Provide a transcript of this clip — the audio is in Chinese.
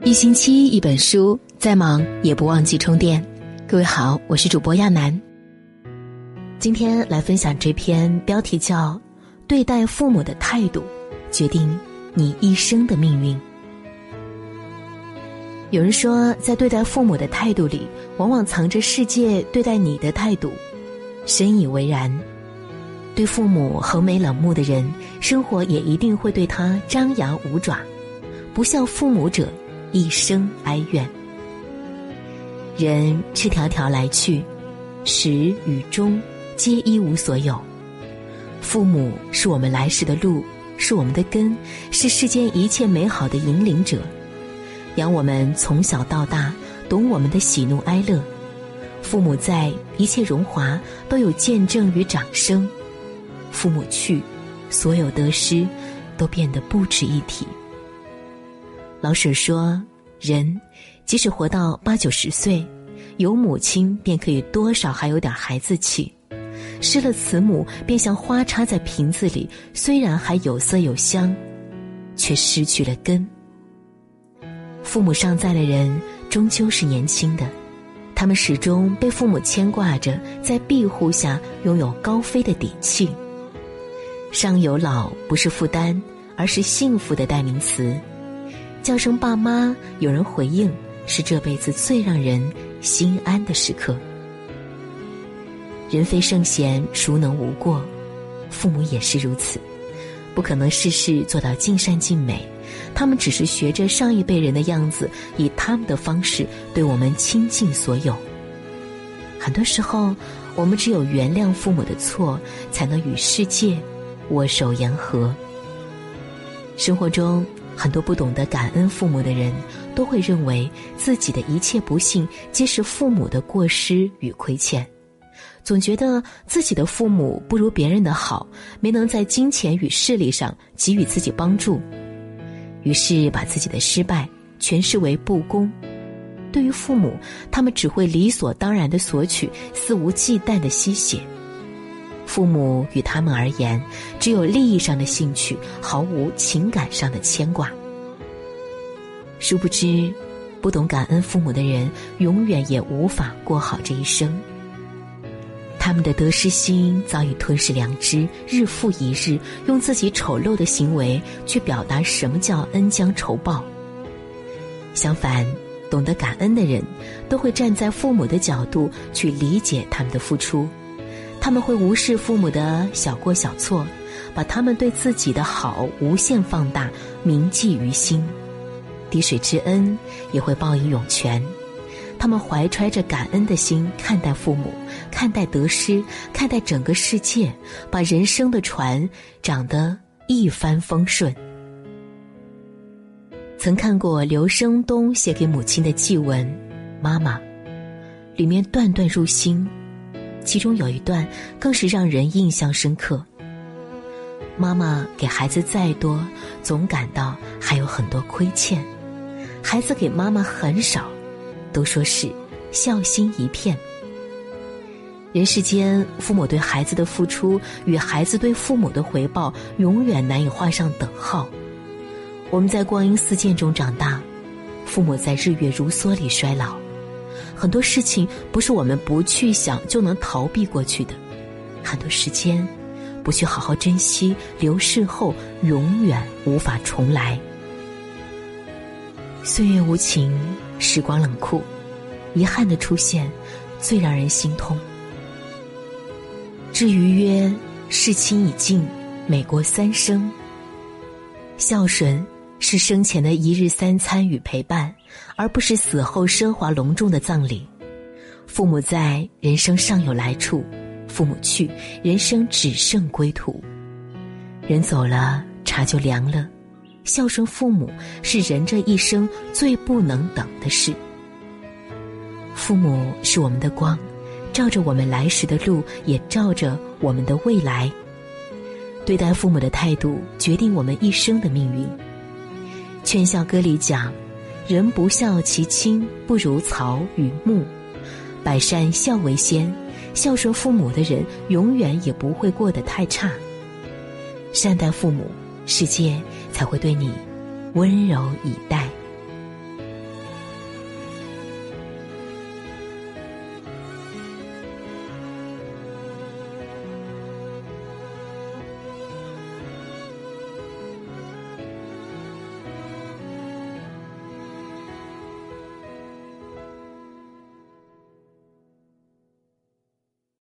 一星期一本书，再忙也不忘记充电。各位好，我是主播亚楠。今天来分享这篇标题叫对待父母的态度决定你一生的命运。有人说，在对待父母的态度里，往往藏着世界对待你的态度，深以为然。对父母横眉冷目的人，生活也一定会对他张牙舞爪。不孝父母者，一生哀怨。人赤条条来去，始与终皆一无所有。父母是我们来时的路，是我们的根，是世间一切美好的引领者，养我们从小到大，懂我们的喜怒哀乐。父母在，一切荣华都有见证与掌声；父母去，所有得失都变得不值一提。老舍说，人即使活到80、90岁，有母亲便可以多少还有点孩子气，失了慈母便像花插在瓶子里，虽然还有色有香，却失去了根。父母尚在的人终究是年轻的，他们始终被父母牵挂着，在庇护下拥有高飞的底气。上有老不是负担，而是幸福的代名词。叫声爸妈，有人回应，是这辈子最让人心安的时刻。人非圣贤，孰能无过？父母也是如此，不可能事事做到尽善尽美，他们只是学着上一辈人的样子，以他们的方式对我们倾尽所有。很多时候，我们只有原谅父母的错，才能与世界握手言和。生活中很多不懂得感恩父母的人，都会认为自己的一切不幸皆是父母的过失与亏欠，总觉得自己的父母不如别人的好，没能在金钱与势力上给予自己帮助，于是把自己的失败全视为不公。对于父母，他们只会理所当然地索取，肆无忌惮地吸血。父母与他们而言，只有利益上的兴趣，毫无情感上的牵挂。殊不知，不懂感恩父母的人，永远也无法过好这一生。他们的得失心早已吞噬良知，日复一日，用自己丑陋的行为去表达什么叫恩将仇报。相反，懂得感恩的人，都会站在父母的角度去理解他们的付出。他们会无视父母的小过小错，把他们对自己的好无限放大，铭记于心。滴水之恩也会报以涌泉。他们怀揣着感恩的心看待父母，看待得失，看待整个世界，把人生的船长得一帆风顺。曾看过刘声东写给母亲的祭文《妈妈》，里面段段入心，其中有一段更是让人印象深刻。妈妈给孩子再多，总感到还有很多亏欠。孩子给妈妈很少，都说是孝心一片。人世间，父母对孩子的付出与孩子对父母的回报，永远难以画上等号。我们在光阴似箭中长大，父母在日月如梭里衰老。很多事情不是我们不去想就能逃避过去的，很多时间不去好好珍惜，流逝后永远无法重来。岁月无情，时光冷酷，遗憾的出现最让人心痛。至于曰，事亲已尽，美过三生。孝顺是生前的一日三餐与陪伴，而不是死后奢华隆重的葬礼。父母在，人生尚有来处；父母去，人生只剩归途。人走了，茶就凉了。孝顺父母是人这一生最不能等的事。父母是我们的光，照着我们来时的路，也照着我们的未来。对待父母的态度，决定我们一生的命运。劝孝歌里讲，人不孝其亲，不如曹与穆。百善孝为先，孝顺父母的人永远也不会过得太差。善待父母，世界才会对你温柔以待。